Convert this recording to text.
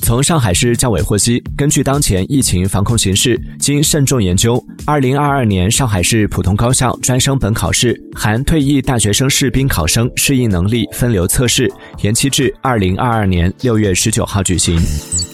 从上海市教委获悉，根据当前疫情防控形势，经慎重研究，2022年上海市普通高校专升本考试含退役大学生士兵考生适应能力分流测试延期至2022年6月19号举行。